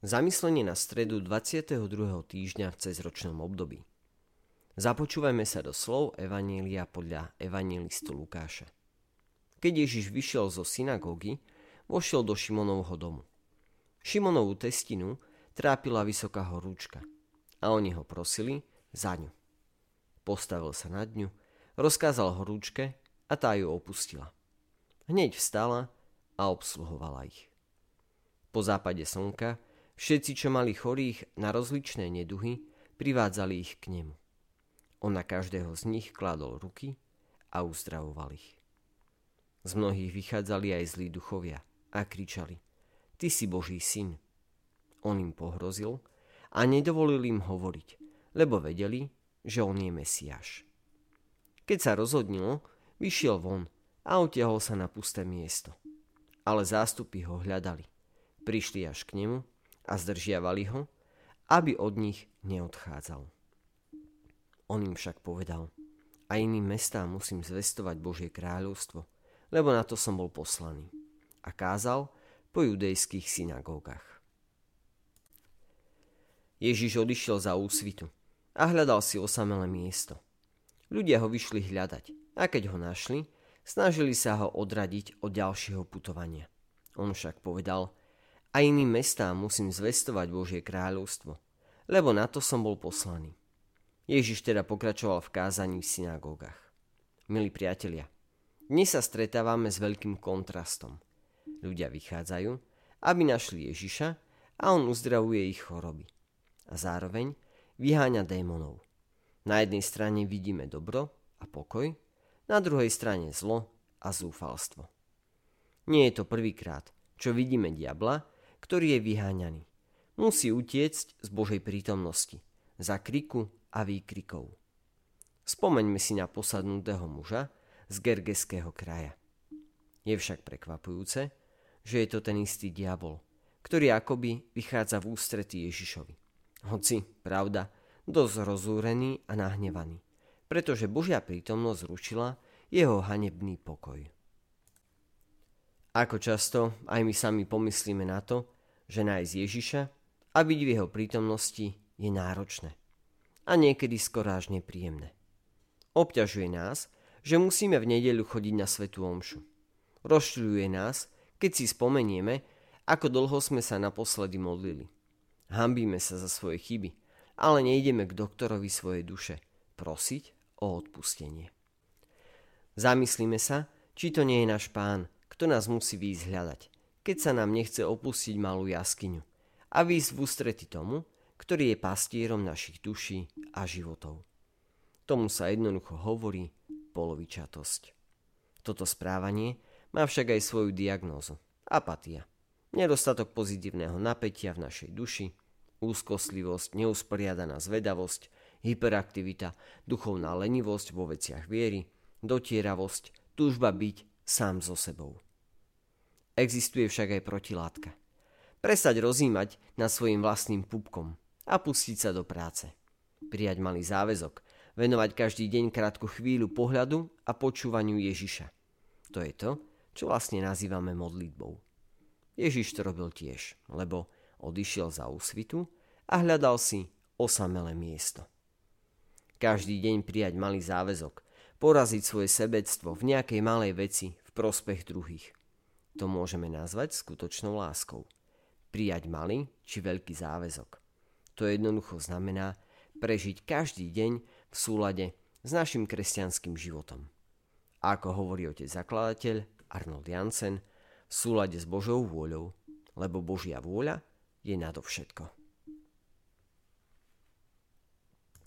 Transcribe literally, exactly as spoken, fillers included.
Zamyslenie na stredu dvadsiateho druhého týždňa v cezročnom období. Započúvajme sa do slov Evanjelia podľa evanjelistu Lukáša. Keď Ježiš vyšiel zo synagógy, vošiel do Šimonovho domu. Šimonovú testinu trápila vysoká horúčka a oni ho prosili za ňu. Postavil sa nad ňu, rozkázal horúčke a tá ju opustila. Hneď vstala a obsluhovala ich. Po západe slnka všetci, čo mali chorých na rozličné neduhy, privádzali ich k nemu. On na každého z nich kládol ruky a uzdravoval ich. Z mnohých vychádzali aj zlí duchovia a kričali: Ty si Boží syn. On im pohrozil a nedovolil im hovoriť, lebo vedeli, že on je Mesiáš. Keď sa rozhodnilo, vyšiel von a utiahol sa na pusté miesto. Ale zástupy ho hľadali. Prišli až k nemu a zdržiavali ho, aby od nich neodchádzal. On im však povedal: a iným mestám musím zvestovať Božie kráľovstvo, lebo na to som bol poslaný. A kázal po judejských synagógach. Ježiš odišiel za úsvitu a hľadal si osamelé miesto. Ľudia ho vyšli hľadať a keď ho našli, snažili sa ho odradiť od ďalšieho putovania. On však povedal: a iným mestám musím zvestovať Božie kráľovstvo, lebo na to som bol poslaný. Ježiš teda pokračoval v kázaní v synagógach. Milí priatelia, dnes sa stretávame s veľkým kontrastom. Ľudia vychádzajú, aby našli Ježiša a on uzdravuje ich choroby. A zároveň vyháňa démonov. Na jednej strane vidíme dobro a pokoj, na druhej strane zlo a zúfalstvo. Nie je to prvýkrát, čo vidíme diabla, ktorý je vyháňaný. Musí utiecť z Božej prítomnosti, za kriku a výkrikov. Spomeňme si na posadnutého muža z Gergeského kraja. Je však prekvapujúce, že je to ten istý diabol, ktorý akoby vychádza v ústretí Ježišovi. Hoci, pravda, dosť rozúrený a nahnevaný, pretože Božia prítomnosť zrušila jeho hanebný pokoj. Ako často aj my sami pomyslíme na to, že nájsť Ježiša a byť v jeho prítomnosti je náročné a niekedy skoro až nepríjemné. Obťažuje nás, že musíme v nedeľu chodiť na svätú omšu. Rozčuľuje nás, keď si spomenieme, ako dlho sme sa naposledy modlili. Hanbíme sa za svoje chyby, ale nejdeme k doktorovi svojej duše prosiť o odpustenie. Zamyslíme sa, či to nie je náš Pán, kto nás musí výjsť hľadať, keď sa nám nechce opustiť malú jaskyňu a výjsť v ústrety tomu, ktorý je pastierom našich duší a životov. Tomu sa jednoducho hovorí polovičatosť. Toto správanie má však aj svoju diagnózu. Apatia. Nedostatok pozitívneho napätia v našej duši, úzkostlivosť, neusporiadaná zvedavosť, hyperaktivita, duchovná lenivosť vo veciach viery, dotieravosť, túžba byť sám so sebou. Existuje však aj protilátka. Prestať rozímať nad svojim vlastným pupkom a pustiť sa do práce. Prijať malý záväzok, venovať každý deň krátku chvíľu pohľadu a počúvaniu Ježiša. To je to, čo vlastne nazývame modlitbou. Ježiš to robil tiež, lebo odišiel za úsvitu a hľadal si osamelé miesto. Každý deň prijať malý záväzok, poraziť svoje sebectvo v nejakej malej veci v prospech druhých. To môžeme nazvať skutočnou láskou. Prijať malý či veľký záväzok. To jednoducho znamená prežiť každý deň v súlade s našim kresťanským životom. A ako hovorí otec zakladateľ Arnold Jansen, v súlade s Božou vôľou, lebo Božia vôľa je nadovšetko.